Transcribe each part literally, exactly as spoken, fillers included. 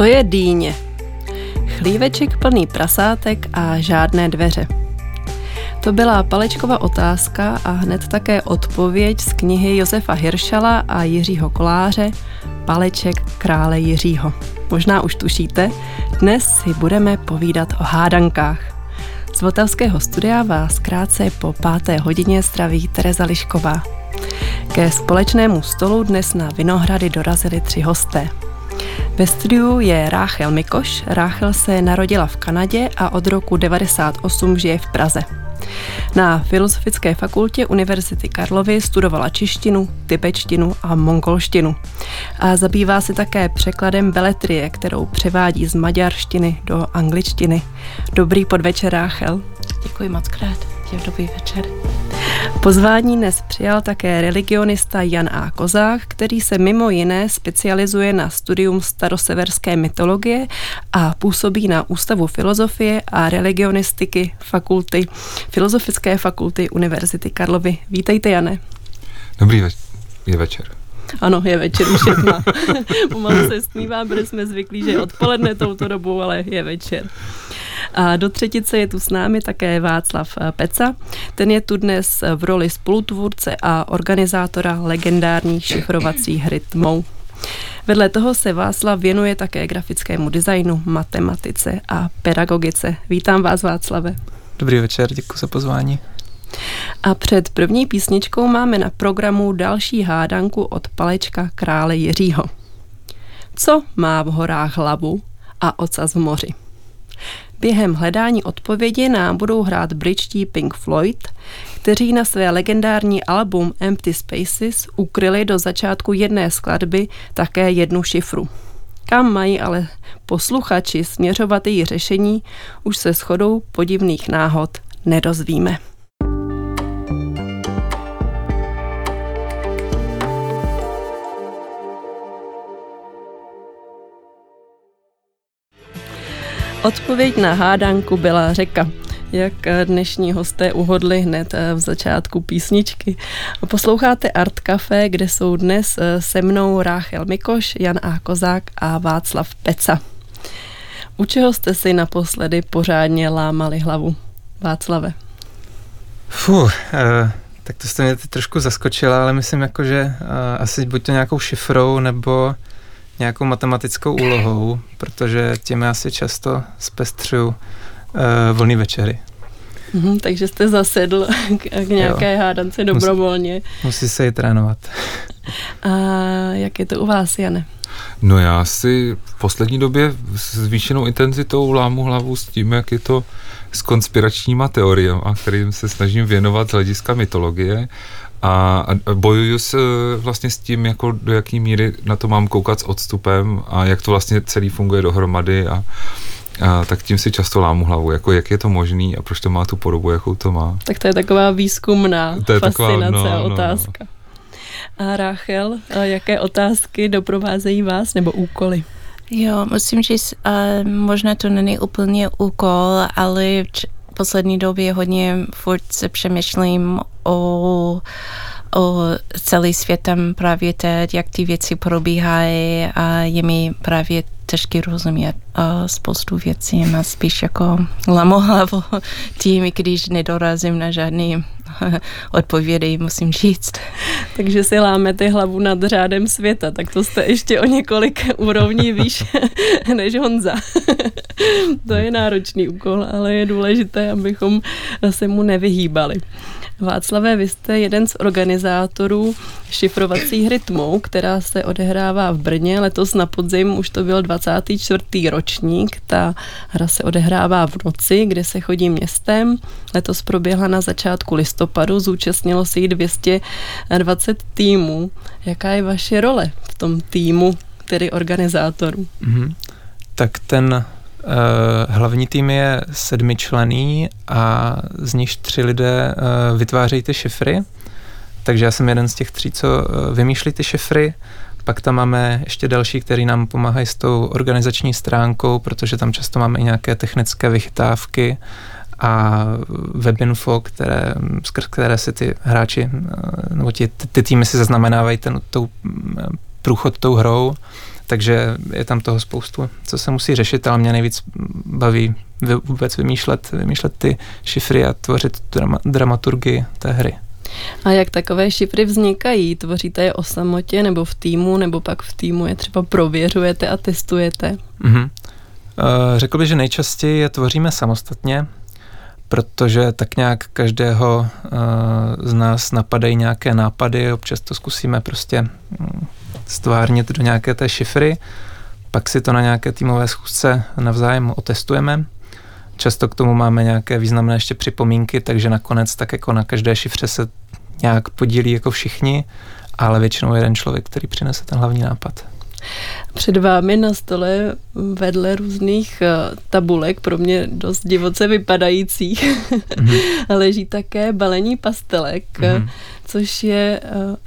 Co je dýně? Chlíveček plný prasátek a žádné dveře. To byla Palečkova otázka a hned také odpověď z knihy Josefa Hiršala a Jiřího Koláře Paleček krále Jiřího. Možná už tušíte, dnes si budeme povídat o hádankách. Z Vltavského studia vás krátce po páté hodině zdraví Tereza Lišková. Ke společnému stolu dnes na Vinohrady dorazili tři hosté. Ve studiu je Ráchel Mikoš. Ráchel se narodila v Kanadě a od roku devadesát osm žije v Praze. Na Filozofické fakultě Univerzity Karlovy studovala češtinu, tibetštinu a mongolštinu. A zabývá se také překladem beletrie, kterou převádí z maďarštiny do angličtiny. Dobrý podvečer, Ráchel. Děkuji moc krát. Dobrý večer. Pozvání dnes přijal také religionista Jan A. Kozák, který se mimo jiné specializuje na studium staroseverské mytologie a působí na Ústavu filozofie a religionistiky fakulty, Filozofické fakulty Univerzity Karlovy. Vítejte, Jane. Dobrý več- je večer. Ano, je večer, už je tma. Pomalu se stmívá, protože jsme zvyklí, že je odpoledne touto dobou, ale je večer. A do třetice je tu s námi také Václav Peca. Ten je tu dnes v roli spolutvůrce a organizátora legendárních šifrovacích hry Tmou. Vedle toho se Václav věnuje také grafickému designu, matematice a pedagogice. Vítám vás, Václave. Dobrý večer, děkuji za pozvání. A před první písničkou máme na programu další hádanku od Palečka krále Jiřího. Co má v horách hlavu a ocas v moři? Během hledání odpovědi nám budou hrát britští Pink Floyd, kteří na své legendární album Empty Spaces ukryli do začátku jedné skladby také jednu šifru. Kam mají ale posluchači směřovat její řešení, už se shodou podivných náhod nedozvíme. Odpověď na hádanku byla řeka, jak dnešní hosté uhodli hned v začátku písničky. Posloucháte Art Café, kde jsou dnes se mnou Ráchel Mikoš, Jan A. Kozák a Václav Peca. U čeho jste si naposledy pořádně lámali hlavu, Václave? Fuh, eh, tak to jste mě teď trošku zaskočila, ale myslím jako, že eh, asi buď to nějakou šifrou, nebo nějakou matematickou úlohou, protože tím já si často zpestřuju uh, volný večery. Mm, takže jste zasedl k, k nějaké jo. hádance dobrovolně. Musí, musí se ji trénovat. A jak je to u vás, Jane? No já si v poslední době s zvýšenou intenzitou lámu hlavu s tím, jak je to s konspiračníma teoriemi, kterým se snažím věnovat z hlediska mytologie. A bojuju s, vlastně s tím, jako do jaký míry na to mám koukat s odstupem a jak to vlastně celý funguje dohromady a, a tak tím si často lámu hlavu, jako jak je to možný a proč to má tu podobu, jakou to má. Tak to je taková výzkumná to je fascinace taková, no, a otázka. No, no. A Ráchel, a jaké otázky doprovázejí vás nebo úkoly? Jo, musím říct, uh, možná to není úplně úkol, ale v poslední době hodně furt se přemýšlím o, o celý světem právě teď, jak ty věci probíhají a je mi právě těžké rozumět uh, spoustu věcí a spíš jako lámu hlavu tím, když nedorazím na žádný odpovědi, musím říct. Takže si lámete hlavu nad řádem světa, tak to jste ještě o několik úrovní výš než Honza. To je náročný úkol, ale je důležité, abychom se mu nevyhýbali. Václave, vy jste jeden z organizátorů šifrovací hry Tmou, která se odehrává v Brně. Letos na podzim už to byl dvacátý čtvrtý ročník. Ta hra se odehrává v noci, kde se chodí městem. Letos proběhla na začátku listopadu, zúčastnilo se jí dvě stě dvacet týmů. Jaká je vaše role v tom týmu, tedy organizátorů? Mm-hmm. Tak ten Uh, hlavní tým je sedmičlenný a z nich tři lidé uh, vytvářejí ty šifry, takže já jsem jeden z těch tří, co uh, vymýšlí ty šifry. Pak tam máme ještě další, který nám pomáhají s tou organizační stránkou, protože tam často máme i nějaké technické vychytávky a webinfo, které, skrz které si ty hráči, uh, nebo ti, ty, ty týmy si zaznamenávají ten, tou, průchod tou hrou. takže je tam toho spoustu, co se musí řešit, ale mě nejvíc baví vůbec vymýšlet, vymýšlet ty šifry a tvořit drama, dramaturgii té hry. A jak takové šifry vznikají? Tvoříte je o samotě nebo v týmu, nebo pak v týmu je třeba prověřujete a testujete? Mm-hmm. Řekl bych, že nejčastěji je tvoříme samostatně, protože tak nějak každého z nás napadají nějaké nápady, občas to zkusíme prostě stvárnit do nějaké té šifry, pak si to na nějaké týmové schůzce navzájem otestujeme. Často k tomu máme nějaké významné ještě připomínky, takže nakonec tak jako na každé šifře se nějak podílí jako všichni, ale většinou jeden člověk, který přinese ten hlavní nápad. Před vámi na stole vedle různých tabulek, pro mě dost divoce vypadajících, mm-hmm. leží také balení pastelek, mm-hmm. což je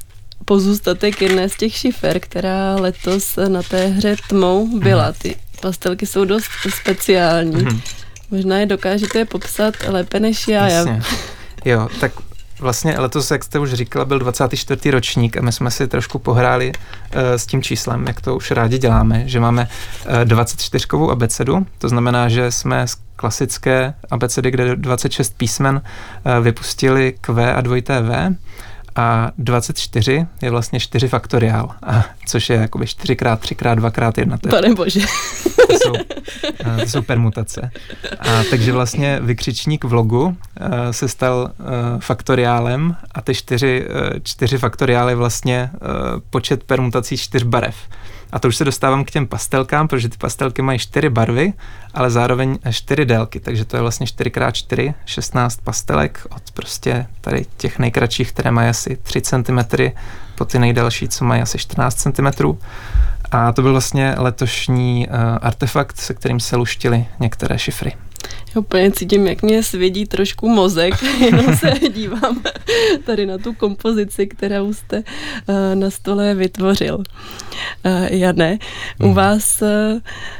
pozůstatek jedné z těch šifer, která letos na té hře tmou byla. Ty pastelky jsou dost speciální. Mm-hmm. Možná je dokážete je popsat lépe než já. Jasně. Jo, tak vlastně letos, jak jste už říkala, byl dvacátý čtvrtý ročník a my jsme si trošku pohráli uh, s tím číslem, jak to už rádi děláme, že máme uh, dvacetčtyřkovou abecedu, to znamená, že jsme z klasické abecedy, kde dvacet šest písmen uh, vypustili Q a dvojité V, a dvacet čtyři je vlastně čtyři faktoriál, a což je jakoby čtyři krát tři krát dva krát jedna. Pane bože. To jsou, to jsou permutace. A takže vlastně vykřičník v logu uh, se stal uh, faktoriálem a ty čtyři, uh, čtyři faktoriály vlastně uh, počet permutací čtyř barev. A to už se dostávám k těm pastelkám, protože ty pastelky mají čtyři barvy, ale zároveň čtyři délky, takže to je vlastně čtyři krát čtyři, šestnáct pastelek od prostě tady těch nejkratších, které mají asi tři centimetry, po ty nejdelší, co mají asi čtrnáct centimetrů. A to byl vlastně letošní uh, artefakt, se kterým se luštily některé šifry. Já úplně cítím, jak mě svědí trošku mozek, jenom se dívám tady na tu kompozici, kterou jste uh, na stole vytvořil. Uh, Jane, mm. u vás uh,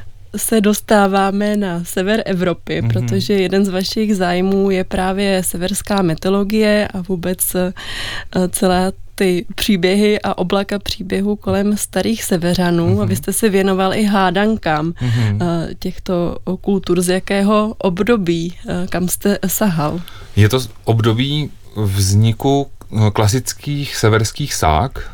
se dostáváme na sever Evropy, mm. protože jeden z vašich zájmů je právě severská mytologie a vůbec uh, celá ty příběhy a oblaka příběhů kolem starých severanů. Mm-hmm. A vy jste se věnoval i hádankám mm-hmm. těchto kultur. Z jakého období, kam jste sahal? Je to období vzniku klasických severských ság,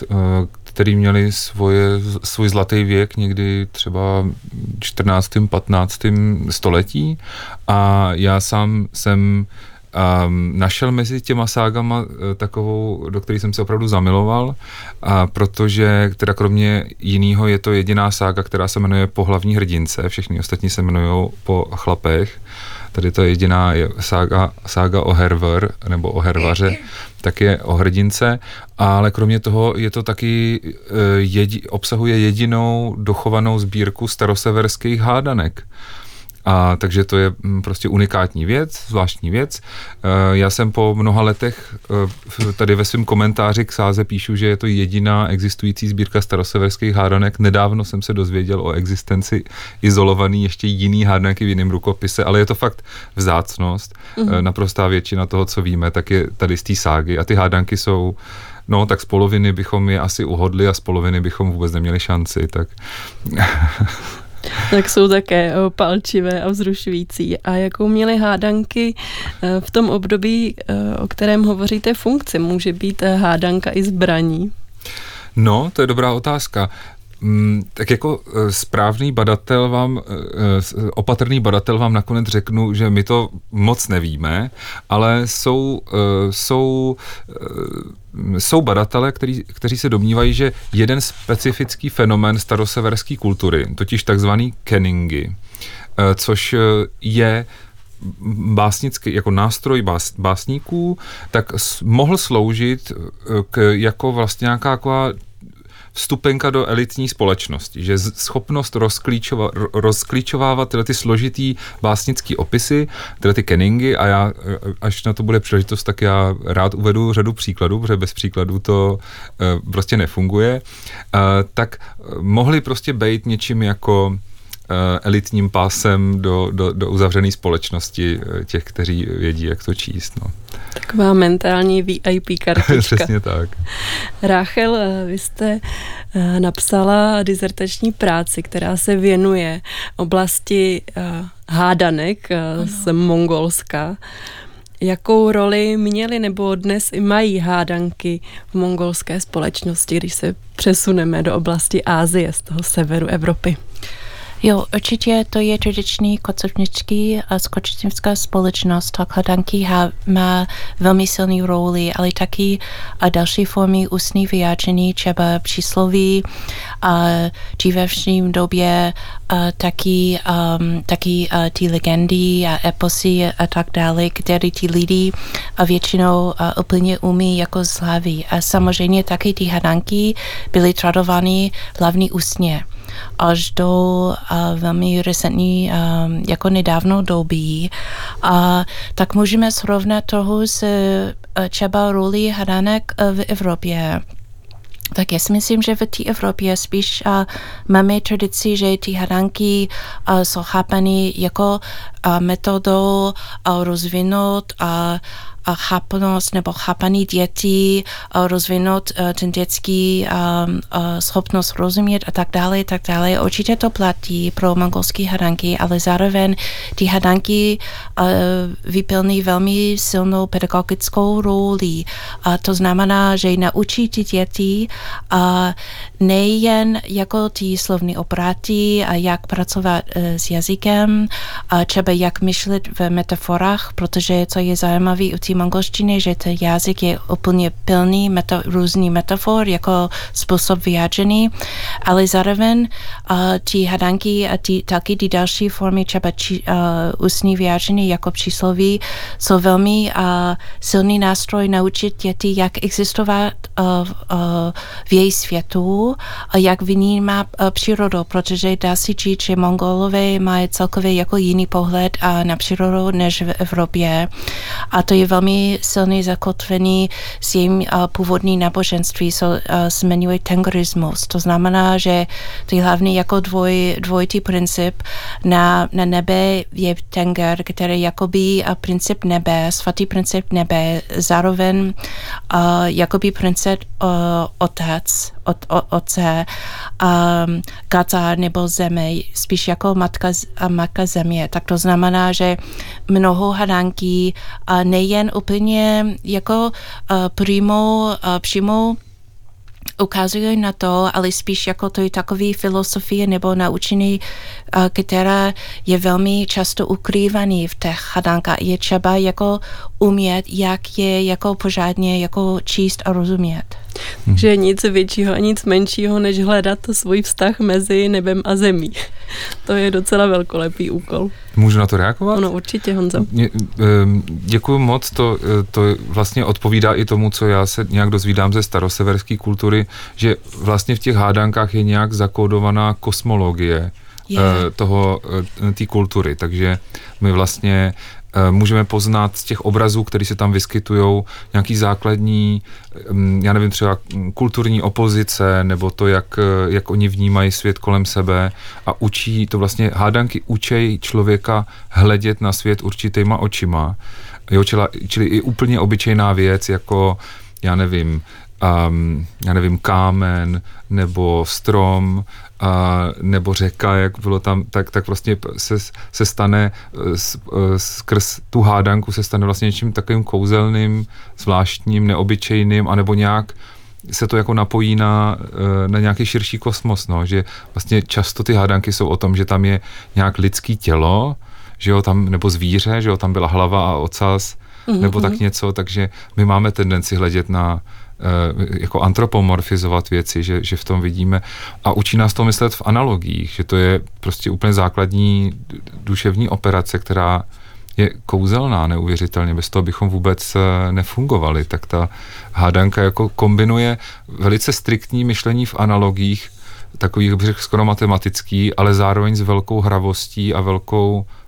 který měli svoje, svůj zlatý věk někdy třeba čtrnáctém patnáctém století. A já sám jsem Um, našel mezi těma ságama uh, takovou, do které jsem se opravdu zamiloval, a protože teda kromě jiného je to jediná sága, která se jmenuje po hlavní hrdince, všechny ostatní se jmenují po chlapech. Tady to je jediná je sága, sága o Hervor, nebo o Hervaře, tak je o hrdince, ale kromě toho je to taky, uh, jedi, obsahuje jedinou dochovanou sbírku staroseverských hádanek. A takže to je prostě unikátní věc, zvláštní věc. Já jsem po mnoha letech tady ve svém komentáři k sáze píšu, že je to jediná existující sbírka staroseverských hádanek. Nedávno jsem se dozvěděl o existenci izolovaný ještě jiný hádanky v jiném rukopise, ale je to fakt vzácnost. Mm-hmm. Naprostá většina toho, co víme, tak je tady z té ságy. A ty hádanky jsou, no tak z poloviny bychom je asi uhodli a z poloviny bychom vůbec neměli šanci, tak... Tak jsou také palčivé a vzrušující. A jakou měly hádanky v tom období, o kterém hovoříte, funkci? Může být hádanka i zbraní? No, to je dobrá otázka. Tak jako správný badatel vám, opatrný badatel vám nakonec řeknu, že my to moc nevíme, ale jsou, jsou, jsou badatelé, který, kteří se domnívají, že jeden specifický fenomén staroseverské kultury, totiž takzvaný kenningy, což je básnický, jako nástroj bás, básníků, tak mohl sloužit k, jako vlastně nějaká taková vstupenka do elitní společnosti, že schopnost rozklíčova, rozklíčovávat tyhle ty složitý básnický opisy, tyhle ty kenningy, a já, až na to bude příležitost, tak já rád uvedu řadu příkladů, protože bez příkladů to uh, prostě nefunguje, uh, tak mohly prostě být něčím jako elitním pásem do, do, do uzavřené společnosti těch, kteří vědí, jak to číst. No. Taková mentální V I P kartička. Přesně tak. Ráchel, vy jste napsala dizertační práci, která se věnuje oblasti hádanek ano. z Mongolska. Jakou roli měly nebo dnes i mají hádanky v mongolské společnosti, když se přesuneme do oblasti Asie z toho severu Evropy? Jo, určitě to je tradiční kocovnický a skočnická společnost, tak hádanky má velmi silný roli, ale taky a další formy ústní vyjádření, třeba přísloví a dřívějším době a taky, um, taky a ty legendy a eposy a tak dále, které ty lidi a většinou a úplně umí jako z hlavy. A samozřejmě taky ty hádanky byly tradovány hlavně ústně. Až do uh, velmi recentní, um, jako nedávno doby. A tak můžeme srovnat toho s uh, třeba roli hádanek uh, v Evropě. Tak já si myslím, že v té Evropě spíš uh, máme tradici, že ty hádanky uh, jsou chápané jako uh, metodou uh, rozvinout a uh, a chápnost nebo chápaný dětí, rozvinout ten dětský schopnost rozumět a tak dále, tak dále. Určitě to platí pro mongolské hádanky, ale zároveň ty hádanky vyplní velmi silnou pedagogickou roli. A to znamená, že naučí ty děti nejen jako ty slovní obraty a jak pracovat s jazykem, a třeba jak myšlet v metaforách, protože co je zajímavé u té mongolštiny, že ten jazyk je úplně plný meta, různý metafor jako způsob vyjádření, ale zároveň uh, ty hádanky a ty, taky ty další formy třeba či, uh, ústní vyjádření jako přísloví jsou velmi uh, silný nástroj naučit děti, jak existovat uh, uh, v její světu a jak vnímá uh, přírodu, protože dá si říct, že Mongolové mají celkově jako jiný pohled uh, na přírodu než v Evropě a to je velmi silný zakotvený s jejím uh, původní náboženství, so, uh, se jmenuje tengerismus. To znamená, že to je hlavně jako dvoj, dvojitý princip. Na, na nebe je tenger, který jakoby uh, princip nebe, svatý princip nebe, zároveň uh, jakoby princip uh, otec, od, o, otce, um, gata nebo zeme, spíš jako matka, uh, matka země. Tak to znamená, že mnoho hádanky uh, nejen úplně jako uh, přímo, uh, přímo ukazuje na to, ale spíš jako to je takový filosofie nebo naučení, uh, která je velmi často ukrývaný v těch hádankách. Je třeba jako umět, jak je jako pořádně jako číst a rozumět. Takže nic většího a nic menšího, než hledat svůj vztah mezi nebem a zemí. To je docela velkolepý úkol. Můžu na to reagovat? Ano, určitě, Honzo. Děkuju moc, to, to vlastně odpovídá i tomu, co já se nějak dozvídám ze staroseverské kultury, že vlastně v těch hádankách je nějak zakódovaná kosmologie yeah. toho, té kultury, takže my vlastně můžeme poznat z těch obrazů, které se tam vyskytujou, nějaký základní, já nevím, třeba kulturní opozice, nebo to, jak, jak oni vnímají svět kolem sebe a učí, to vlastně hádanky učí člověka hledět na svět určitýma očima. Jo, čili, čili i úplně obyčejná věc, jako, já nevím, um, já nevím, kámen, nebo strom, a nebo řeka, jak bylo tam, tak, tak vlastně se, se stane skrz tu hádanku se stane vlastně něčím takovým kouzelným, zvláštním, neobyčejným, anebo nějak se to jako napojí na, na nějaký širší kosmos, no, že vlastně často ty hádanky jsou o tom, že tam je nějak lidský tělo, že jo, tam, nebo zvíře, že jo, tam byla hlava a ocas, mm-hmm. nebo tak něco, takže my máme tendenci hledět na jako antropomorfizovat věci, že, že v tom vidíme a učí nás to myslet v analogiích, že to je prostě úplně základní duševní operace, která je kouzelná neuvěřitelně, bez toho bychom vůbec nefungovali, tak ta hádanka jako kombinuje velice striktní myšlení v analogiích, takových bych řekl skoro matematický, ale zároveň s velkou hravostí a velkou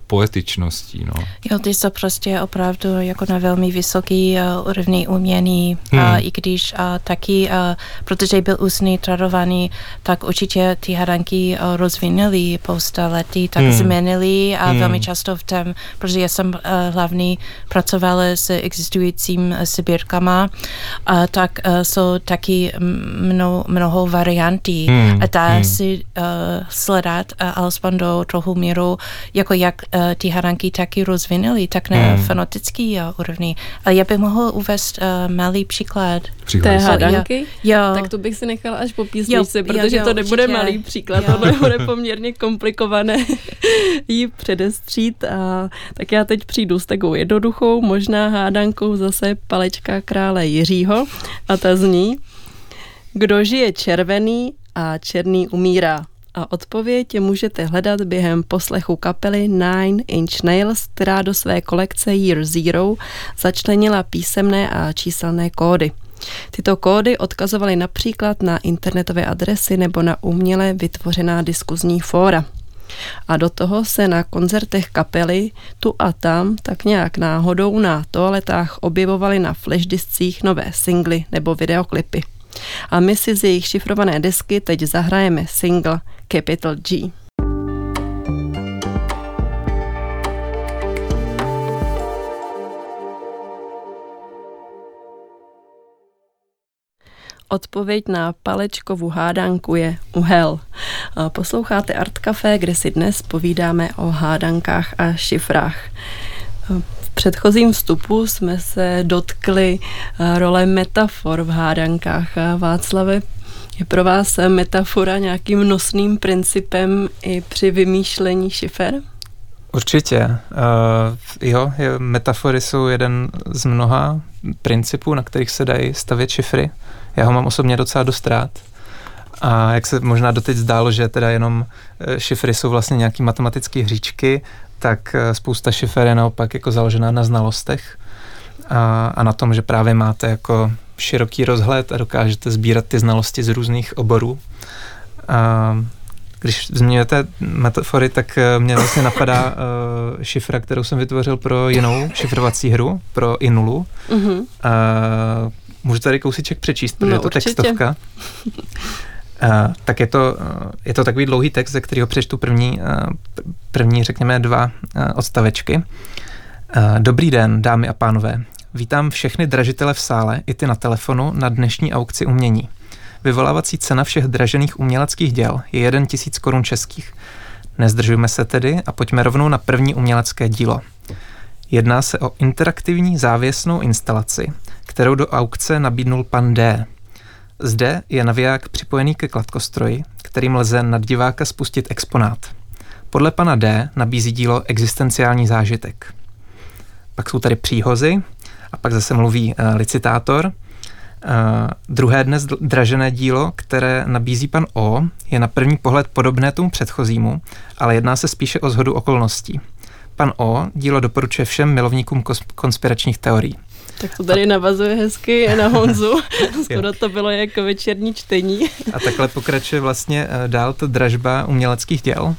poetičností. No. Jo, ty jsou prostě opravdu jako na velmi vysoký uh, úrovni umění, hmm. uh, i když uh, taky, uh, protože byl ústní tradovaný, tak určitě ty hádanky uh, rozvinuli po lety, tak hmm. změnili a hmm. velmi často v tom, protože já jsem uh, hlavně pracovala s existujícím sbírkama, uh, tak uh, jsou taky mno, mnoho variantů hmm. a dá hmm. si uh, sledat uh, alespoň do trochu míru, jako jak uh, ty hádanky taky rozvinuli, tak na hmm. fonotický uh, úrovni. Ale já bych mohl uvést uh, malý příklad. Příklad. Té hádanky? Jo. Tak to bych si nechala až po písničce, jo, protože jo, jo, to nebude určitě. Malý příklad, to bude poměrně komplikované jí předestřít. A tak já teď přijdu s takovou jednoduchou, možná hádankou zase Palečka krále Jiřího a ta zní: Kdo žije červený a černý umírá. A odpověď můžete hledat během poslechu kapely Nine Inch Nails, která do své kolekce Year Zero začlenila písemné a číselné kódy. Tyto kódy odkazovaly například na internetové adresy nebo na uměle vytvořená diskuzní fóra. A do toho se na koncertech kapely tu a tam tak nějak náhodou na toaletách objevovaly na flashdiscích nové singly nebo videoklipy. A my si z jejich šifrované desky teď zahrajeme single Capital G. Odpověď na Palečkovu hádanku je uhel. Posloucháte Art Café, kde si dnes povídáme o hádankách a šifrách. V předchozím vstupu jsme se dotkli role metafor v hádankách. Václave, je pro vás metafora nějakým nosným principem i při vymýšlení šifer? Určitě. Uh, jo, metafory jsou jeden z mnoha principů, na kterých se dají stavět šifry. Já ho mám osobně docela dost rád. A jak se možná doteď zdálo, že teda jenom šifry jsou vlastně nějaký matematické hříčky, tak spousta šifer je naopak jako založená na znalostech a, a na tom, že právě máte jako široký rozhled a dokážete sbírat ty znalosti z různých oborů. A když zmiňujete metafory, tak mě vlastně napadá uh, šifra, kterou jsem vytvořil pro jinou šifrovací hru, pro Inulu. Mm-hmm. Uh, můžu tady kousíček přečíst, protože no, je to určitě. Textovka. Uh, tak je to, uh, je to takový dlouhý text, ze kterého přečtu první, uh, první, řekněme, dva uh, odstavečky. Uh, Dobrý den, dámy a pánové. Vítám všechny dražitele v sále, i ty na telefonu, na dnešní aukci umění. Vyvolávací cena všech dražených uměleckých děl je jeden tisíc korun českých. Nezdržujme se tedy a pojďme rovnou na první umělecké dílo. Jedná se o interaktivní závěsnou instalaci, kterou do aukce nabídnul pan D. Zde je naviják připojený ke kladkostroji, kterým lze nad diváka spustit exponát. Podle pana D nabízí dílo existenciální zážitek. Pak jsou tady příhozy a pak zase mluví uh, licitátor. Uh, druhé dnes dražené dílo, které nabízí pan O, je na první pohled podobné tomu předchozímu, ale jedná se spíše o shodu okolností. Pan O dílo doporučuje všem milovníkům kos- konspiračních teorií. Tak to tady navazuje hezky na Honzu. Skoro to bylo jako večerní čtení. A takhle pokračuje vlastně uh, dál ta dražba uměleckých děl.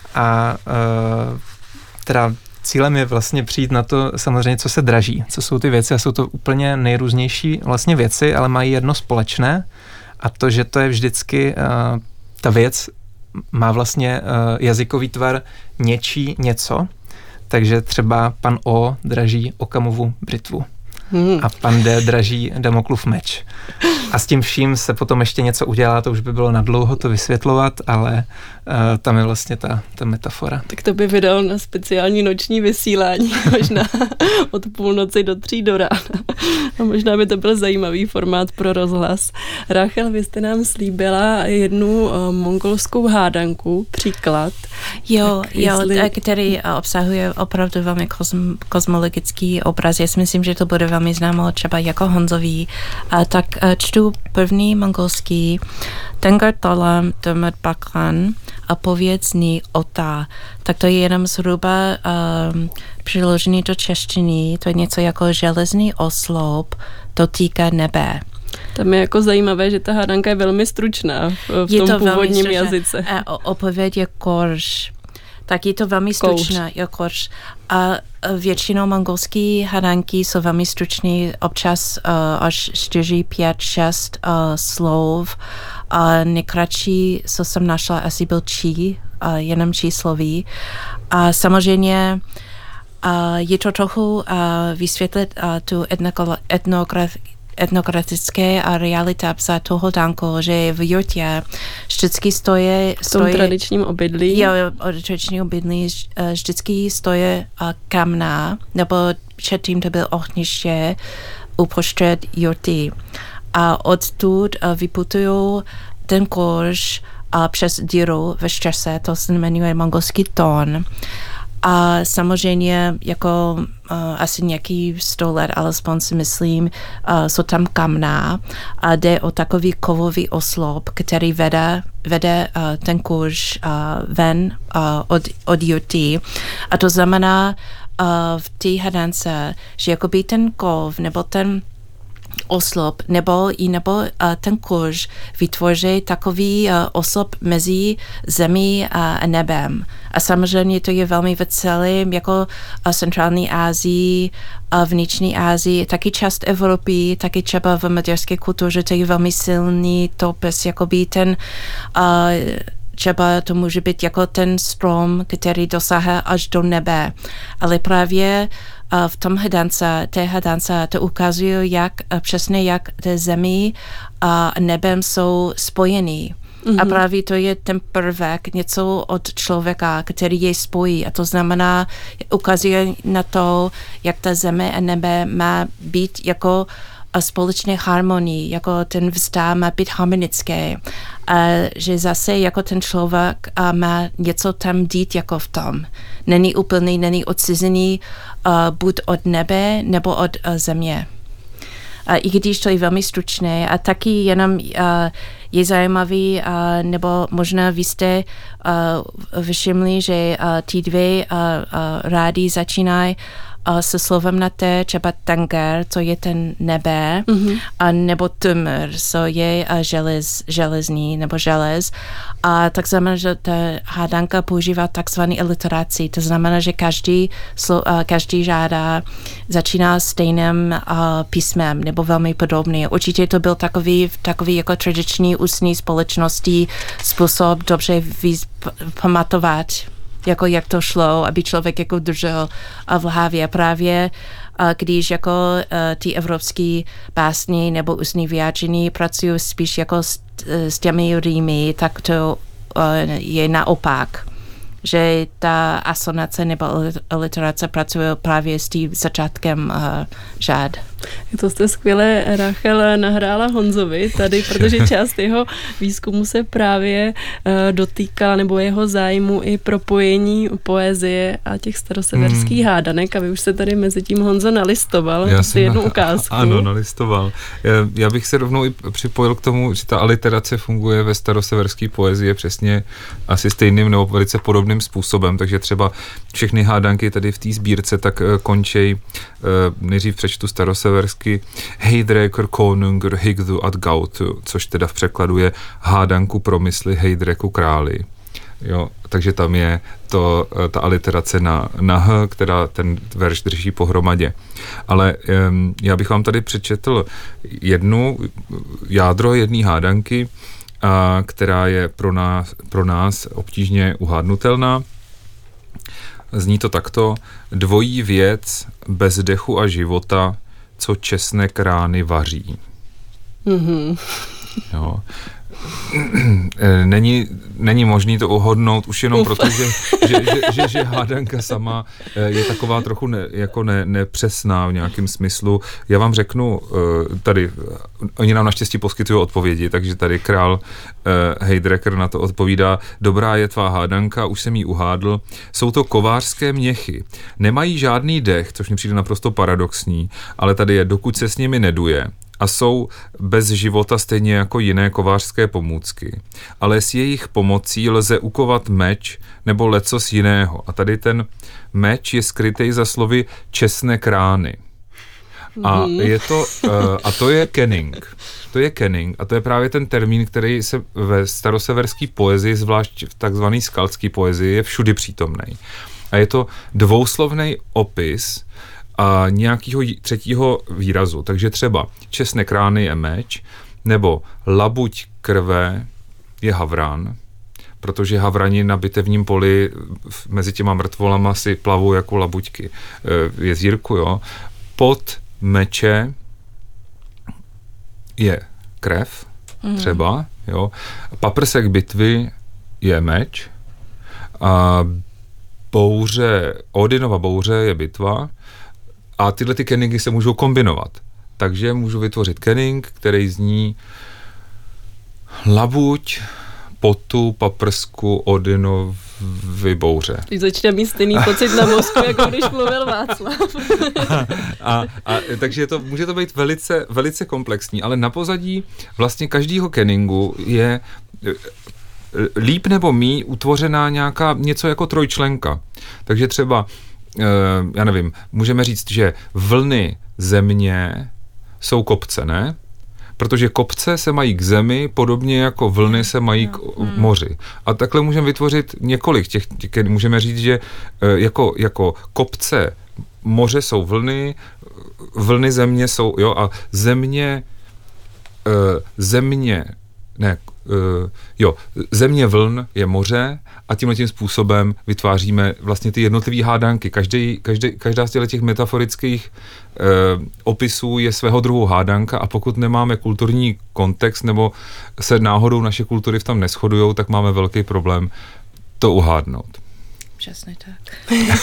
A uh, teda cílem je vlastně přijít na to samozřejmě, co se draží, co jsou ty věci a jsou to úplně nejrůznější vlastně věci, ale mají jedno společné a to, že to je vždycky, uh, ta věc má vlastně uh, jazykový tvar něčí něco, takže třeba pan O draží Okamovu britvu. Hmm. A pan D draží Damoklův meč. A s tím vším se potom ještě něco udělá, to už by bylo nadlouho to vysvětlovat, ale uh, tam je vlastně ta, ta metafora. Tak to by vydal na speciální noční vysílání, možná od půlnoci do tří do rána. A možná by to byl zajímavý formát pro rozhlas. Rachel, vy jste nám slíbila jednu uh, mongolskou hádanku, příklad. Jo, jo jestli... který obsahuje opravdu velmi kozm, kozmologický obraz. Já si myslím, že to bude velmi známo třeba jako Honzový. A tak čtu první mongolský Tengar Tolam Tömöt Baklan a pověcný Ota. Tak to je jenom zhruba um, přiložený do češtiny. To je něco jako železný osloup dotýká nebe. Tam je jako zajímavé, že ta hádanka je velmi stručná v, v tom to původním jazyce. A odpověď je korž. Tak je to velmi stručné, jo, korž. A většinou mongolské hádanky jsou velmi stručné, občas uh, až čtyři, pět, šest uh, slov. A nejkratší, co jsem našla, asi byl či, uh, jenom číslový. A samozřejmě uh, je to trochu uh, vysvětlit uh, tu etnografii, etnografické a realita za toho danko, že v jurtě vždycky stojí... V tom tradičním obydlí? Jo, tradičním obydlí vždycky stojí kamna, nebo předtím to byl ohniště uprostřed jurty. A odtud vyputují ten kůž přes díru ve štěrce, to se jmenuje mongolský tón. A samozřejmě jako uh, asi nějaký sto let, alespoň si myslím, uh, jsou tam kamna a jde o takový kovový oslop, který vede, vede uh, ten kůž uh, ven uh, od, od jurty. A to znamená uh, v té hadance, že jakoby ten kov nebo ten oslop nebo i nebo uh, ten kůž vytvoří takový uh, oslop mezi zemí a nebem. A samozřejmě to je velmi v celém jako uh, centrální Asii, uh, vnitřní Asii, taky část Evropy, taky třeba v maďarské kultuře, to je velmi silný topes, jakoby ten uh, třeba to může být jako ten strom, který dosáhne až do nebe. Ale právě uh, v tom hadance, té hadance to ukazuje, jak uh, přesně jak ty zemi a nebem jsou spojený. Mm-hmm. A právě to je ten prvek, něco od člověka, který je spojí. A to znamená, ukazuje na to, jak ta země a nebe má být jako a společné harmonii, jako ten vztah má být harmonické. A že zase jako ten člověk a má něco tam dít jako v tom. Není úplný, není odcizený uh, buď od nebe nebo od uh, země. A i když to je velmi stručné a taky jenom uh, je zajímavý, uh, nebo možná vy jste uh, všimli, že uh, ty dvě uh, uh, rády začínají uh, se slovem na té, třeba tanger, co je ten nebe, mm-hmm. a nebo tumr, co je uh, želez, železný, nebo želez. A tak znamená, že ta hádanka používá takzvaný aliteraci. To znamená, že každý, slo, uh, každý žáda začíná stejným uh, písmem, nebo velmi podobný. Určitě to byl takový, takový jako tradiční ústní společnosti způsob dobře víc pamatovat, jako jak to šlo, aby člověk jako držel v hlavě. Právě když jako ty evropské básně nebo ústní vyjádření pracují spíš jako s, s těmi rýmy, tak to je naopak, že ta asonace nebo aliterace pracuje právě s tím začátkem uh, žád. To jste skvěle, Rachel, nahrála Honzovi tady, protože část jeho výzkumu se právě uh, dotýkala, nebo jeho zájmu i propojení poezie a těch staroseverských hmm. hádanek. A vy už se tady mezi tím, Honzo, nalistoval. Já si jednu na, ukázku. Ano, nalistoval. Já bych se rovnou i připojil k tomu, že ta aliterace funguje ve staroseverské poezii přesně asi stejným nebo velice podobným způsobem, takže třeba všechny hádanky tady v té sbírce tak končej, nejdřív přečtu staroseversky Heidrekr konungur higdu ad gautu, což teda v překladu je hádanku promysly Heidreku králi. Jo, takže tam je to, ta aliterace na, na H, která ten verš drží pohromadě. Ale um, já bych vám tady přečetl jednu, jádro jedné hádanky, a která je pro nás, pro nás obtížně uhádnutelná. Zní to takto: dvojí věc bez dechu a života, co česné krány vaří. Mm-hmm. Jo. Není, není možný to ohodnout už jenom proto, že, že, že, že, že hádanka sama je taková trochu ne, jako ne, nepřesná v nějakém smyslu. Já vám řeknu, tady, oni nám naštěstí poskytují odpovědi, takže tady král Heidrekr na to odpovídá: dobrá je tvá hádanka, už jsem jí uhádl, jsou to kovářské měchy. Nemají žádný dech, což mi přijde naprosto paradoxní, ale tady je, dokud se s nimi neduje. A jsou bez života stejně jako jiné kovářské pomůcky. Ale s jejich pomocí lze ukovat meč nebo lecos jiného. A tady ten meč je skrytej za slovy česné krány. A je to, a to je kenning. To je kenning a to je právě ten termín, který se ve staroseverské poezii, zvlášť v takzvané skaltské poezii, je všudy přítomný. A je to dvouslovný opis a nějakého třetího výrazu. Takže třeba česnek rány je meč, nebo labuť krve je havran, protože havrani na bitevním poli mezi těma mrtvolama si plavou jako labuťky v jezírku, jo. Pod meče je krev, třeba, jo. Paprsek bitvy je meč a bouře, Odinova bouře je bitva a tyhle ty kenningy se můžou kombinovat. Takže můžu vytvořit kenning, který zní labuť, potu, paprsku, Odinovy bouře. Teď začne mít stejný pocit na mozku, jako když mluvil Václav. a, a, a, takže to, může to být velice, velice komplexní, ale na pozadí vlastně každého kenningu je líp nebo míň utvořená nějaká něco jako trojčlenka. Takže třeba, já nevím, můžeme říct, že vlny země jsou kopce, ne? Protože kopce se mají k zemi, podobně jako vlny se mají k moři. A takhle můžeme vytvořit několik těch, těch můžeme říct, že jako, jako kopce moře jsou vlny, vlny země jsou, jo, a země, země, ne, jo, země vln je moře a tímhle tím způsobem vytváříme vlastně ty jednotlivý hádanky. Každý, každý, každá z těch metaforických eh, opisů je svého druhu hádanka a pokud nemáme kulturní kontext nebo se náhodou naše kultury v tom neshodujou, tak máme velký problém to uhádnout. Přesně tak.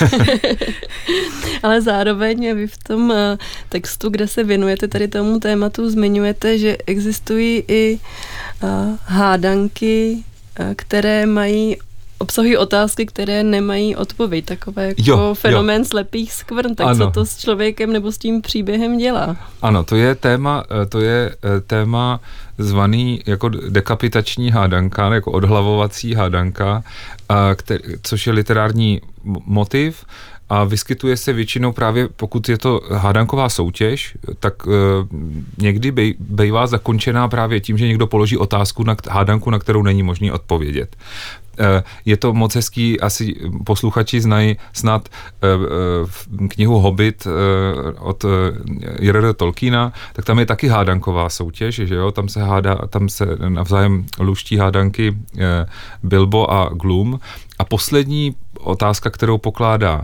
Ale zároveň vy v tom textu, kde se věnujete tady tomu tématu, zmiňujete, že existují i uh, hádanky, uh, které mají obsahují otázky, které nemají odpověď. Takové jako jo, fenomén jo. slepých skvrn. Tak ano. Co to s člověkem nebo s tím příběhem dělá? Ano, to je téma, to je téma zvaný jako dekapitační hádanka, jako odhlavovací hádanka, který, což je literární motiv a vyskytuje se většinou právě, pokud je to hádanková soutěž, tak uh, někdy bej, bejvá zakončená právě tím, že někdo položí otázku na hádanku, na kterou není možný odpovědět. Je to moc hezký, asi posluchači znají snad knihu Hobbit od J R R Tolkiena, tak tam je taky hádanková soutěž, že jo, tam se hádá, tam se navzájem luští hádanky Bilbo a Gloom a poslední otázka, kterou pokládá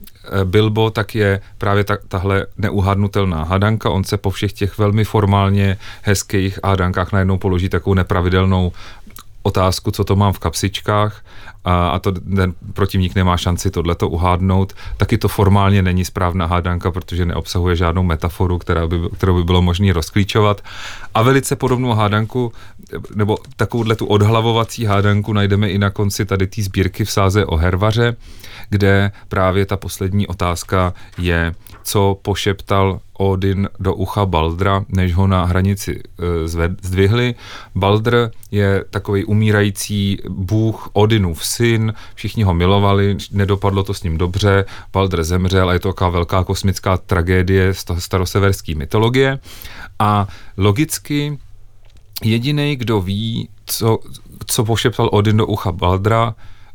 Bilbo, tak je právě ta, tahle neuhádnutelná hádanka. On se po všech těch velmi formálně hezkých hádankách najednou položí takovou nepravidelnou otázku, co to mám v kapsičkách a, a to ten protivník nemá šanci tohleto uhádnout. Taky to formálně není správná hádanka, protože neobsahuje žádnou metaforu, která by, kterou by bylo možné rozklíčovat. A velice podobnou hádanku, nebo takovouhle tu odhlavovací hádanku najdeme i na konci tady té sbírky v sáze o Hervaře, kde právě ta poslední otázka je, co pošeptal Odin do ucha Baldra, než ho na hranici e, zdvihli. Baldr je takový umírající bůh, Odinův syn, všichni ho milovali, nedopadlo to s ním dobře, Baldr zemřel a je to taková velká kosmická tragédie z toho staroseverské mytologie. A logicky jedinej, kdo ví, co, co pošeptal Odin do ucha Baldra,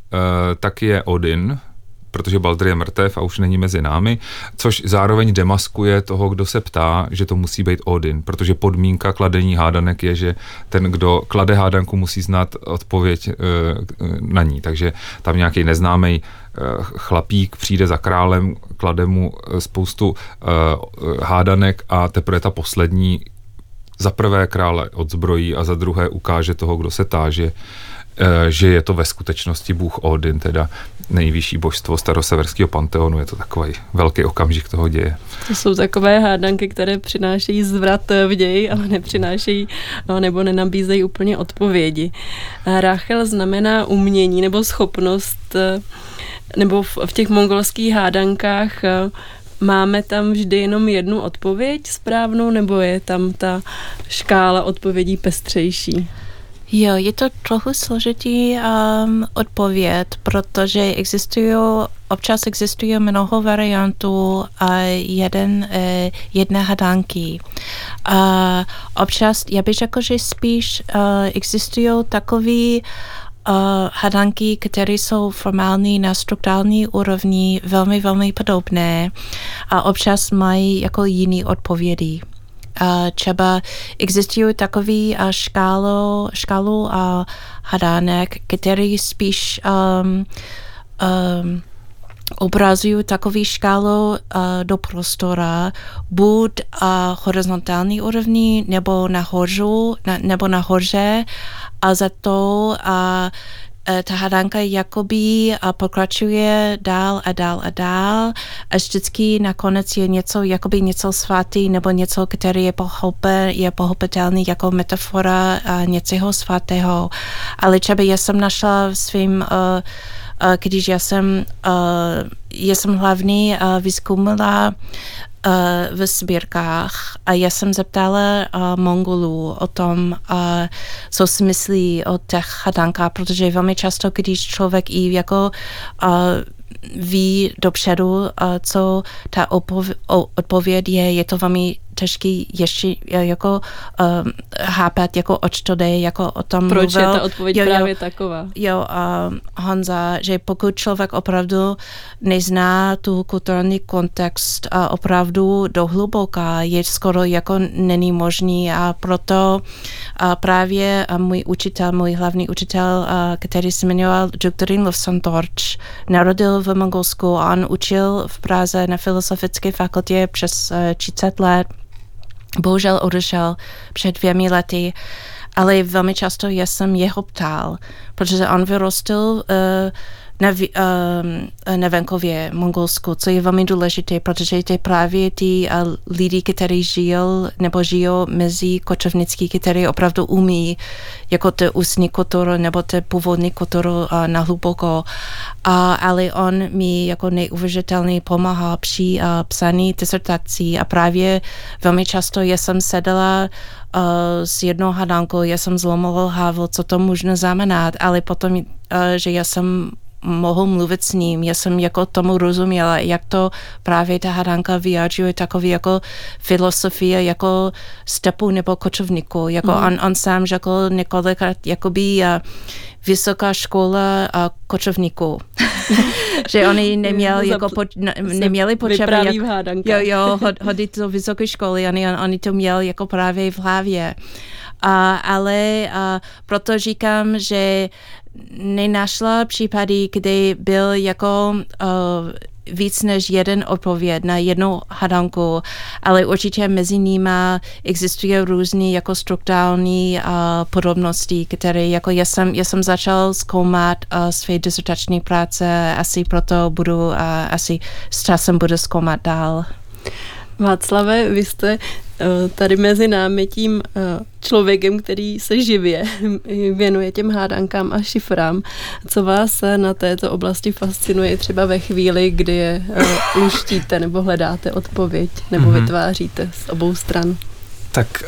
e, tak je Odin, protože Baldr je mrtev a už není mezi námi, což zároveň demaskuje toho, kdo se ptá, že to musí být Odin, protože podmínka kladení hádanek je, že ten, kdo klade hádanku, musí znát odpověď e, na ní. Takže tam nějaký neznámý e, chlapík přijde za králem, klade mu spoustu e, hádanek a teprve ta poslední za prvé krále odzbrojí a za druhé ukáže toho, kdo se táže, že je to ve skutečnosti bůh Odin, teda nejvyšší božstvo staroseverského panteonu. Je to takový velký okamžik toho děje. To jsou takové hádanky, které přinášejí zvrat v ději, ale nepřinášejí nebo nenabízejí úplně odpovědi. Ráchel znamená umění nebo schopnost, nebo v těch mongolských hádankách máme tam vždy jenom jednu odpověď správnou, nebo je tam ta škála odpovědí pestřejší? Jo, je to trochu složitý um, odpověď, protože existují občas existuje mnoho variantů a jeden, jedné hadanky. A občas, já bych řekl, že spíš existují takový Uh, hadanky, které jsou formální na strukturální úrovni velmi, velmi podobné a občas mají jako jiný odpovědi. Uh, třeba existují takový uh, škálu, škálu uh, hadanek, které spíš um, um, obrazují takový škálu uh, do prostora, buď uh, horizontální úrovni, nebo nahoru, na, nebo nahoře, a za to a ta hadanka jakoby pokračuje dál a dál a dál a vždycky nakonec je něco, jakoby něco svatý nebo něco, které je, pochope, je pochopitelný jako metafora něčeho svatého. Ale třeba já jsem našla svým, když já jsem, já jsem hlavně vyzkoumala Uh, v sbírkách a já jsem zeptala uh, Mongolů o tom, uh, co si myslí o těch hadankách, protože velmi často, když člověk i jako uh, ví dopředu, uh, co ta opov- odpověď je, je to velmi těžký ještě jako uh, chápat, jako oč to jde, jako o tom Proč mluvil. je ta odpověď jo, právě jo, taková? Jo, uh, Honza, že pokud člověk opravdu nezná tu kulturní kontext uh, opravdu dohluboka, je skoro jako není možný a proto uh, právě uh, můj učitel, můj hlavní učitel, uh, který se jmenoval Juktarin Lofsantorch, narodil v Mongolsku a on učil v Praze na Filozofické fakultě přes uh, třicet let. Bohužel odešel před dvěmi lety, ale velmi často já jsem jeho ptal, protože on vyrostl uh, na, uh, na venkově Mongolsku, co je velmi důležité, protože to je právě ty uh, lidi, kteří žijou nebo žijou mezi kočovnický, kteří opravdu umí jako ty ústní kulturu nebo ty původní kulturu uh, na hluboko. Uh, ale on mi jako neuvěřitelně pomáhal při uh, psaní disertací a právě velmi často já jsem sedela uh, s jednou hadankou, já jsem zlomila hlavu, co to může znamenat, ale potom, uh, že já jsem mohl mluvit s ním, já jsem jako tomu rozuměla, jak to právě ta hadanka vyjadřuje takový jako filosofie, jako stepu nebo kočovníku, jako mm. on, on sám řekl několikrát, jakoby uh, vysoká škola uh, kočovníků. Že oni neměl, jako po, ne, neměli potřeby jak, jo, jo, hodit do vysoké školy, oni, oni to měli jako právě v hlavě. Uh, ale uh, proto říkám, že nenašla případy, kdy byl jako uh, víc než jeden odpověď na jednu hadanku, ale určitě mezi nimi existuje různé jako strukturální uh, podobnosti, které jako já jsem, já jsem začal zkoumat uh, své disertační práce, asi proto budu, uh, asi s časem budu zkoumat dál. Václave, vy jste uh, tady mezi námi tím uh, člověkem, který se živě věnuje těm hádankám a šifrám. Co vás na této oblasti fascinuje třeba ve chvíli, kdy je uh, luštíte nebo hledáte odpověď nebo mm-hmm. vytváříte z obou stran? Tak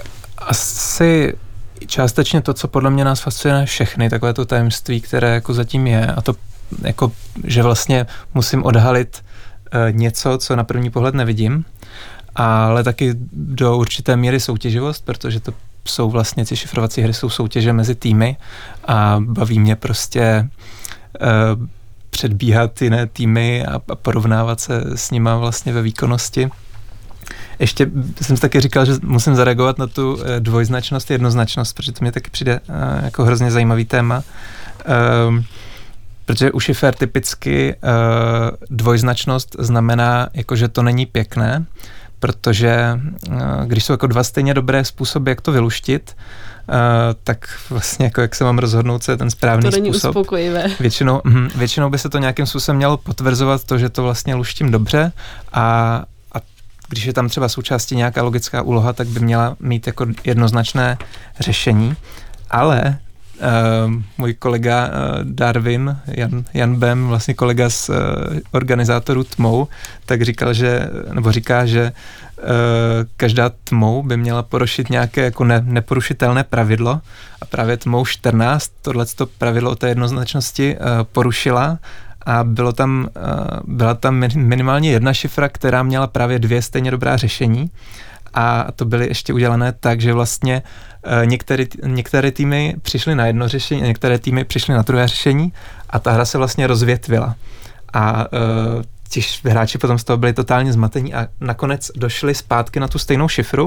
asi částečně to, co podle mě nás fascinuje všechny, takové to tajemství, které jako zatím je, a to jako, že vlastně musím odhalit uh, něco, co na první pohled nevidím, ale taky do určité míry soutěživost, protože to jsou vlastně, ty šifrovací hry jsou soutěže mezi týmy a baví mě prostě uh, předbíhat jiné týmy a, a porovnávat se s nima vlastně ve výkonnosti. Ještě jsem si taky říkal, že musím zareagovat na tu uh, dvojznačnost, jednoznačnost, protože to mě taky přijde uh, jako hrozně zajímavý téma. Uh, protože u šifer typicky uh, dvojznačnost znamená, jako, že to není pěkné, protože když jsou jako dva stejně dobré způsoby, jak to vyluštit, uh, tak vlastně jako jak se mám rozhodnout, co je ten správný způsob. To není způsob. Uspokojivé. Většinou, hm, většinou by se to nějakým způsobem mělo potvrzovat to, že to vlastně luštím dobře a, a když je tam třeba součástí nějaká logická úloha, tak by měla mít jako jednoznačné řešení, ale Uh, můj kolega uh, Darwin, Jan, Jan Bem, vlastně kolega z uh, organizátorů Tmou, tak říkal, že, nebo říká, že uh, každá Tmou by měla porušit nějaké jako ne, neporušitelné pravidlo a právě Tmou čtrnáct tohleto pravidlo o té jednoznačnosti uh, porušila a bylo tam, byla tam minimálně jedna šifra, která měla právě dvě stejně dobrá řešení a to byly ještě udělané tak, že vlastně některé, některé týmy přišly na jedno řešení a některé týmy přišly na druhé řešení a ta hra se vlastně rozvětvila. A ti hráči potom z toho byli totálně zmatení a nakonec došli zpátky na tu stejnou šifru,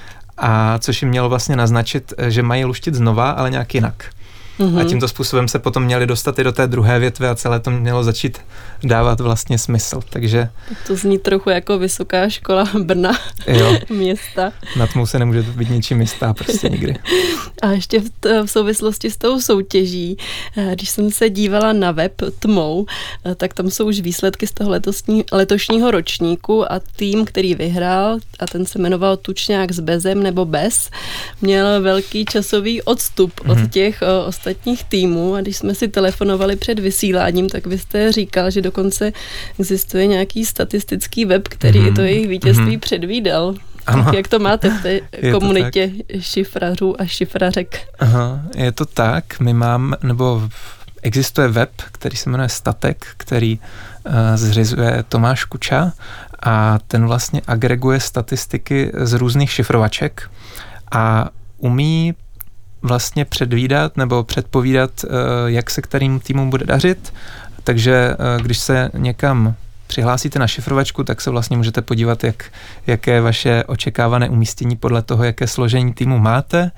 a což jim mělo vlastně naznačit, že mají luštit znova, ale nějak jinak. Mm-hmm. A tímto způsobem se potom měli dostat i do té druhé větve a celé to mělo začít dávat vlastně smysl. Takže to zní trochu jako vysoká škola Brna, jo. Města. Na tmou se nemůže být ničím jistá prostě nikdy. A ještě v, t- v souvislosti s tou soutěží, když jsem se dívala na web Tmou, tak tam jsou už výsledky z toho letosní, letošního ročníku a tým, který vyhrál, a ten se jmenoval Tučňák s Bezem nebo Bez, měl velký časový odstup mm-hmm. od těch o, ostatních týmů a když jsme si telefonovali před vysíláním, tak vy jste říkal, že dokonce existuje nějaký statistický web, který mm-hmm. to jejich vítězství mm-hmm. předvídal. Ano. Tak jak to máte v té komunitě šifrařů a šifrařek? Aha, je to tak. My mám, nebo existuje web, který se jmenuje Statek, který uh, zřizuje Tomáš Kuča a ten vlastně agreguje statistiky z různých šifrovaček a umí vlastně předvídat nebo předpovídat, uh, jak se kterým týmům bude dařit. Takže uh, když se někam přihlásíte na šifrovačku, tak se vlastně můžete podívat, jak, jaké je vaše očekávané umístění podle toho, jaké složení týmu máte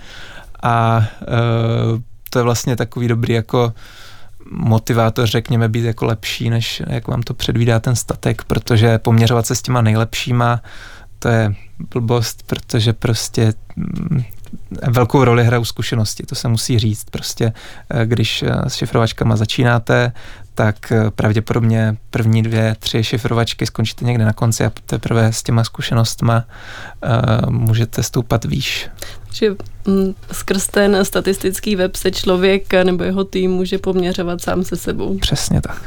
a e, to je vlastně takový dobrý jako motivátor, řekněme, být jako lepší, než jak vám to předvídá ten statek, protože poměřovat se s těma nejlepšíma, to je blbost, protože prostě mm, velkou roli hrajou zkušenosti, to se musí říct. Prostě když s šifrovačkama začínáte, tak pravděpodobně první dvě, tři šifrovačky skončíte někde na konci a teprve s těma zkušenostma uh, můžete stoupat výš. Že m, skrz ten statistický web se člověk nebo jeho tým může poměřovat sám se sebou. Přesně tak.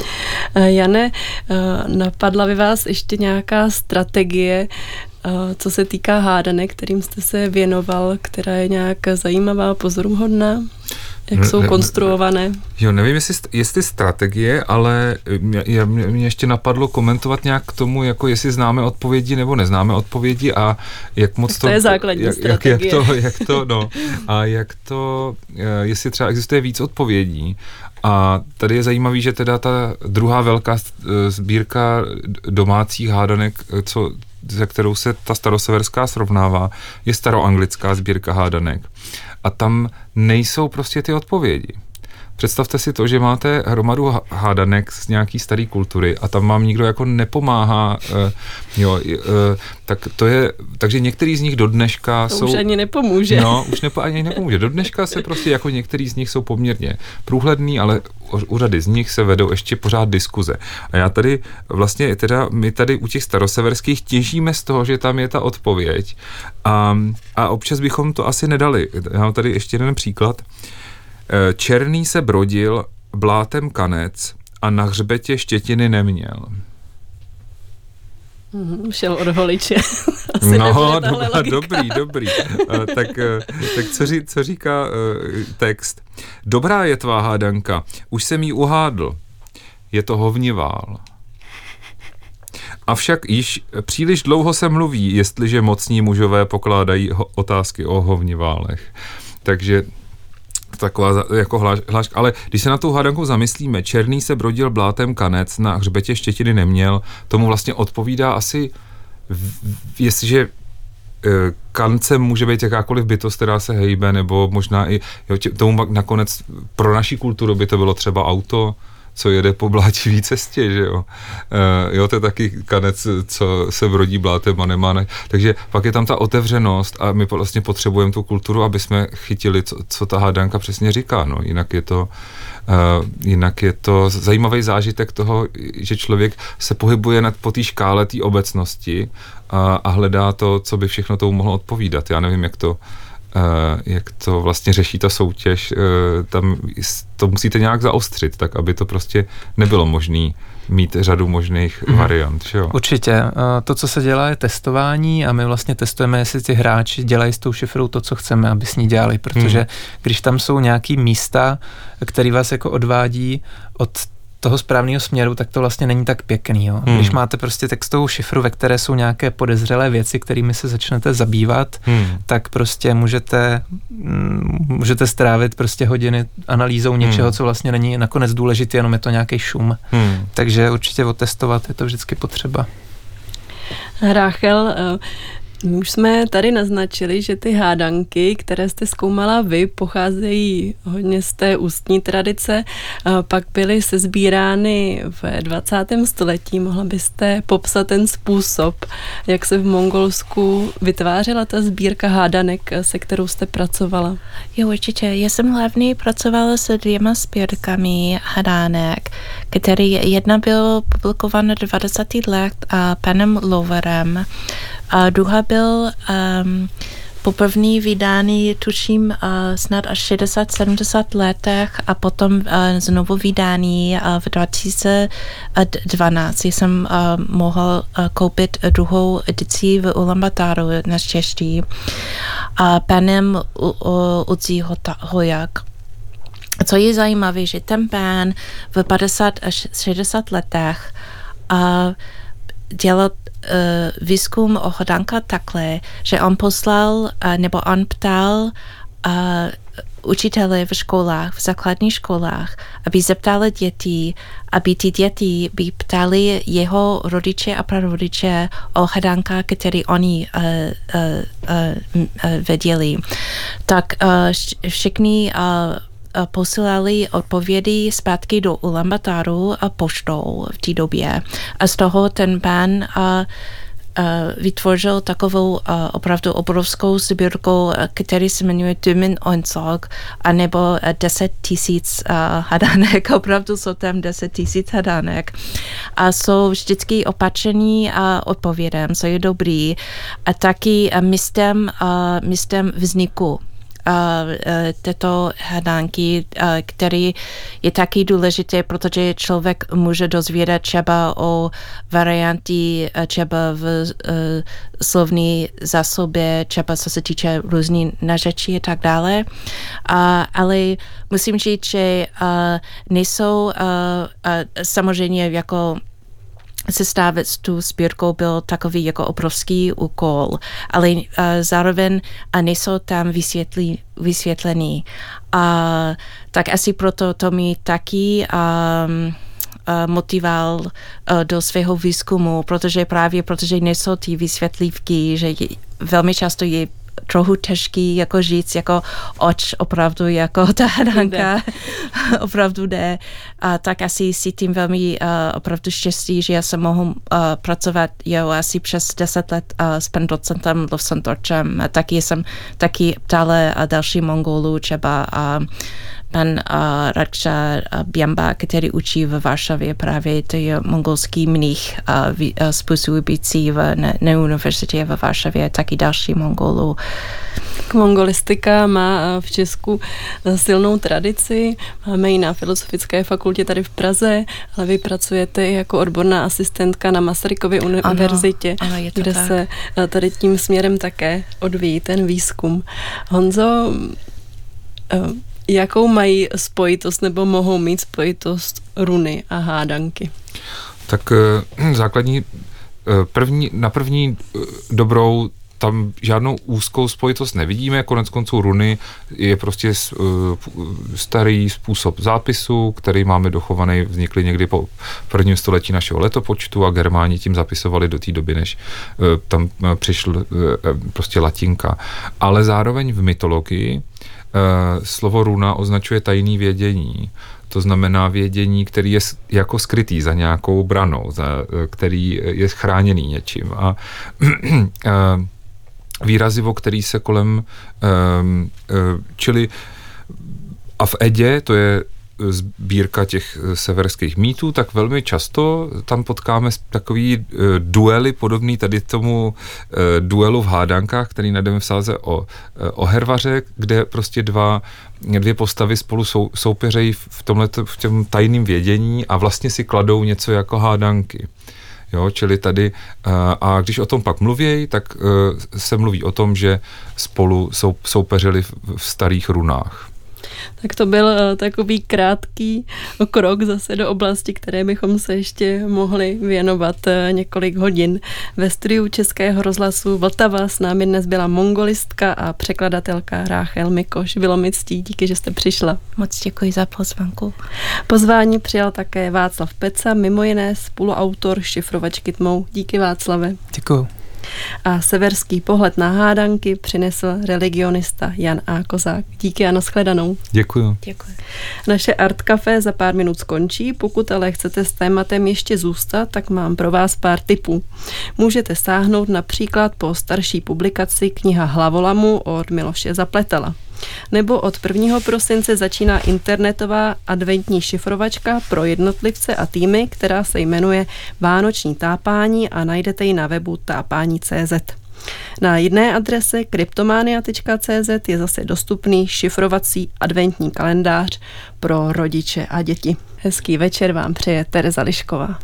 Jane, napadla by vás ještě nějaká strategie, co se týká hádanek, kterým jste se věnoval, která je nějak zajímavá, pozoruhodná? Jak ne, jsou ne, konstruované? Jo, nevím, jestli, jestli strategie, ale mě, mě ještě napadlo komentovat nějak k tomu, jako jestli známe odpovědi nebo neznáme odpovědi a jak moc to... To je základní jak, strategie. Jak, jak to, jak to, no, a jak to, jestli třeba existuje víc odpovědí. A tady je zajímavý, že teda ta druhá velká sbírka domácích hádanek, co, za kterou se ta staroseverská srovnává, je staroanglická sbírka hádanek. A tam nejsou prostě ty odpovědi. Představte si to, že máte hromadu hádanek z nějaký staré kultury a tam vám nikdo jako nepomáhá. Uh, jo, uh, tak to je, takže některý z nich do dneška to jsou... už ani nepomůže. No, už nepo, ani nepomůže. Do dneška se prostě jako některý z nich jsou poměrně průhledný, ale u řady z nich se vedou ještě pořád diskuze. A já tady vlastně teda, my tady u těch staroseverských těžíme z toho, že tam je ta odpověď a, a občas bychom to asi nedali. Já mám tady ještě jeden příklad. Černý se brodil, blátem kanec a na hřbetě štětiny neměl. Mm, šel od holiče. Asi no, dobrá, dobrý, dobrý. Uh, tak tak co, ří, co říká uh, text? Dobrá je tvá hádanka, už jsem jí uhádl. Je to hovnivál. Avšak již příliš dlouho se mluví, jestliže mocní mužové pokládají ho- otázky o hovniválech. Takže taková jako hláška, ale když se na tou hádankou zamyslíme, černý se brodil blátem kanec, na hřbetě štětiny neměl, tomu vlastně odpovídá asi, jestliže e, kancem může být jakákoliv bytost, která se hejbe, nebo možná i, jo, tě, tomu nakonec pro naši kulturu by to bylo třeba auto, co jede po blátivý cestě, že jo. E, jo, to je taky kanec, co se brodí blátem a nemá. Ne. Takže pak je tam ta otevřenost a my vlastně potřebujeme tu kulturu, aby jsme chytili, co, co ta hádanka přesně říká. No. Jinak je to, e, jinak je to zajímavý zážitek toho, že člověk se pohybuje nad, po té škále té obecnosti a, a hledá to, co by všechno tomu mohlo odpovídat. Já nevím, jak to Uh, jak to vlastně řeší ta soutěž, uh, tam to musíte nějak zaostřit, tak aby to prostě nebylo možné mít řadu možných mm. variant. Že jo? Určitě. Uh, to, co se dělá, je testování a my vlastně testujeme, jestli ty hráči dělají s tou šifrou to, co chceme, aby s ní dělali, protože mm. když tam jsou nějaký místa, které vás jako odvádí od toho správného směru, tak to vlastně není tak pěkný. Jo. Hmm. Když máte prostě textovou šifru, ve které jsou nějaké podezřelé věci, kterými se začnete zabývat, hmm. tak prostě můžete, můžete strávit prostě hodiny analýzou něčeho, hmm. co vlastně není nakonec důležité, jenom je to nějaký šum. Hmm. Takže určitě otestovat je to vždycky potřeba. Ráchel, my už jsme tady naznačili, že ty hádanky, které jste zkoumala vy, pocházejí hodně z té ústní tradice, pak byly sesbírány v dvacátém století. Mohla byste popsat ten způsob, jak se v Mongolsku vytvářela ta sbírka hádanek, se kterou jste pracovala? Jo, určitě. Já jsem hlavně pracovala se dvěma sbírkami hádanek, který jedna byl publikována do dvacátých let a panem Loverem. A druhá byl um, poprvní vydání, tuším, uh, snad až šedesát sedmdesát letech a potom uh, znovu vydání uh, v dva tisíce dvanáct. Jsem uh, mohl uh, koupit druhou edici v Ulaanbaataru naštěstí a panem Uziho Hojak. Co je zajímavé, že ten pán v padesát až šedesát letech uh, dělal uh, výzkum o hádanka takhle, že on poslal, uh, nebo on ptal uh, učitele v školách, v základních školách, aby zeptali děti, aby ty děti by ptali jeho rodiče a prarodiče o hádanka, který oni uh, uh, uh, věděli. Tak uh, všechny uh, posílali odpovědi zpátky do Ulaanbaataru a poštou v té době. A z toho ten pán uh, uh, vytvořil takovou uh, opravdu obrovskou sbírku, který se jmenuje Tumen Onsog, anebo deset tisíc uh, hádanek. Opravdu jsou tam deset tisíc hádanek. A jsou vždycky opatření a odpovědem, co je dobrý. A taky uh, místem, uh, místem vzniku Uh, uh, této hádanky, uh, který je taky důležité, protože člověk může dozvědět třeba o varianty, uh, třeba v uh, slovní zásobě, třeba co se týče různých nářečí a tak dále. Uh, ale musím říct, že uh, nejsou uh, uh, samozřejmě jako sestavit tu sbírku byl takový jako obrovský úkol, ale uh, zároveň uh, nejsou tam vysvětlí, vysvětlení. A uh, tak asi proto to mi taky um, uh, motivoval uh, do svého výzkumu, protože právě protože nejsou ty vysvětlívky, že je, velmi často je trochu těžký jako říct, jako oč opravdu jako ta hádanka opravdu jde. A tak asi si tím velmi uh, opravdu štěstí, že já jsem mohl uh, pracovat jo, asi přes deset let uh, s panem docentem Lofsentorčem. A taky jsem taky ptala uh, další Mongolů, třeba uh, pan uh, Radša uh, Biamba, který učí v Varšavě právě, to je mongolský mnich uh, uh, způsobující v, na, na univerzitě v Varšavě, taky další Mongolů. Mongolistika má v Česku silnou tradici, máme ji na Filozofické fakultě tady v Praze, ale vy pracujete jako odborná asistentka na Masarykově univerzitě, ano, ano, kde tak. se tady tím směrem také odvíjí ten výzkum. Honzo, jakou mají spojitost nebo mohou mít spojitost runy a hádanky? Tak základní, první, na první dobrou tam žádnou úzkou spojitost nevidíme, konec konců runy je prostě starý způsob zápisu, který máme dochovaný, vznikly někdy po prvním století našeho letopočtu a Germáni tím zapisovali do té doby, než tam přišla prostě latinka. Ale zároveň v mytologii slovo runa označuje tajný vědění. To znamená vědění, který je jako skrytý za nějakou branou, za, který je chráněný něčím. A výrazivo, který se kolem, čili a v Edě, to je sbírka těch severských mýtů, tak velmi často tam potkáme takový duely podobný tady tomu duelu v hádankách, který najdeme v sáze o, o hervaře, kde prostě dva, dvě postavy spolu sou, soupeřejí v tomhleto, v tom tajným vědění a vlastně si kladou něco jako hádanky. Jo, čili tady, a když o tom pak mluví, tak se mluví o tom, že spolu sou, soupeřili v, v starých runách. Tak to byl takový krátký krok zase do oblasti, které bychom se ještě mohli věnovat několik hodin. Ve studiu Českého rozhlasu Vltava s námi dnes byla mongolistka a překladatelka Ráchel Mikoš. Bylo mi ctí, díky, že jste přišla. Moc děkuji za pozvánku. Pozvání přijal také Václav Peca, mimo jiné spoluautor šifrovačky tmou. Díky, Václave. Děkuju. A severský pohled na hádanky přinesl religionista Jan A. Kozák. Díky a nashledanou. Děkuju. Děkuji. Naše Art Café za pár minut skončí, pokud ale chcete s tématem ještě zůstat, tak mám pro vás pár tipů. Můžete sáhnout například po starší publikaci Kniha hlavolamu od Miloše Zapletala. Nebo od prvního prosince začíná internetová adventní šifrovačka pro jednotlivce a týmy, která se jmenuje Vánoční tápání a najdete ji na webu tápání tečka cé zet. Na jedné adrese kryptomania tečka cé zet je zase dostupný šifrovací adventní kalendář pro rodiče a děti. Hezký večer vám přeje Tereza Lišková.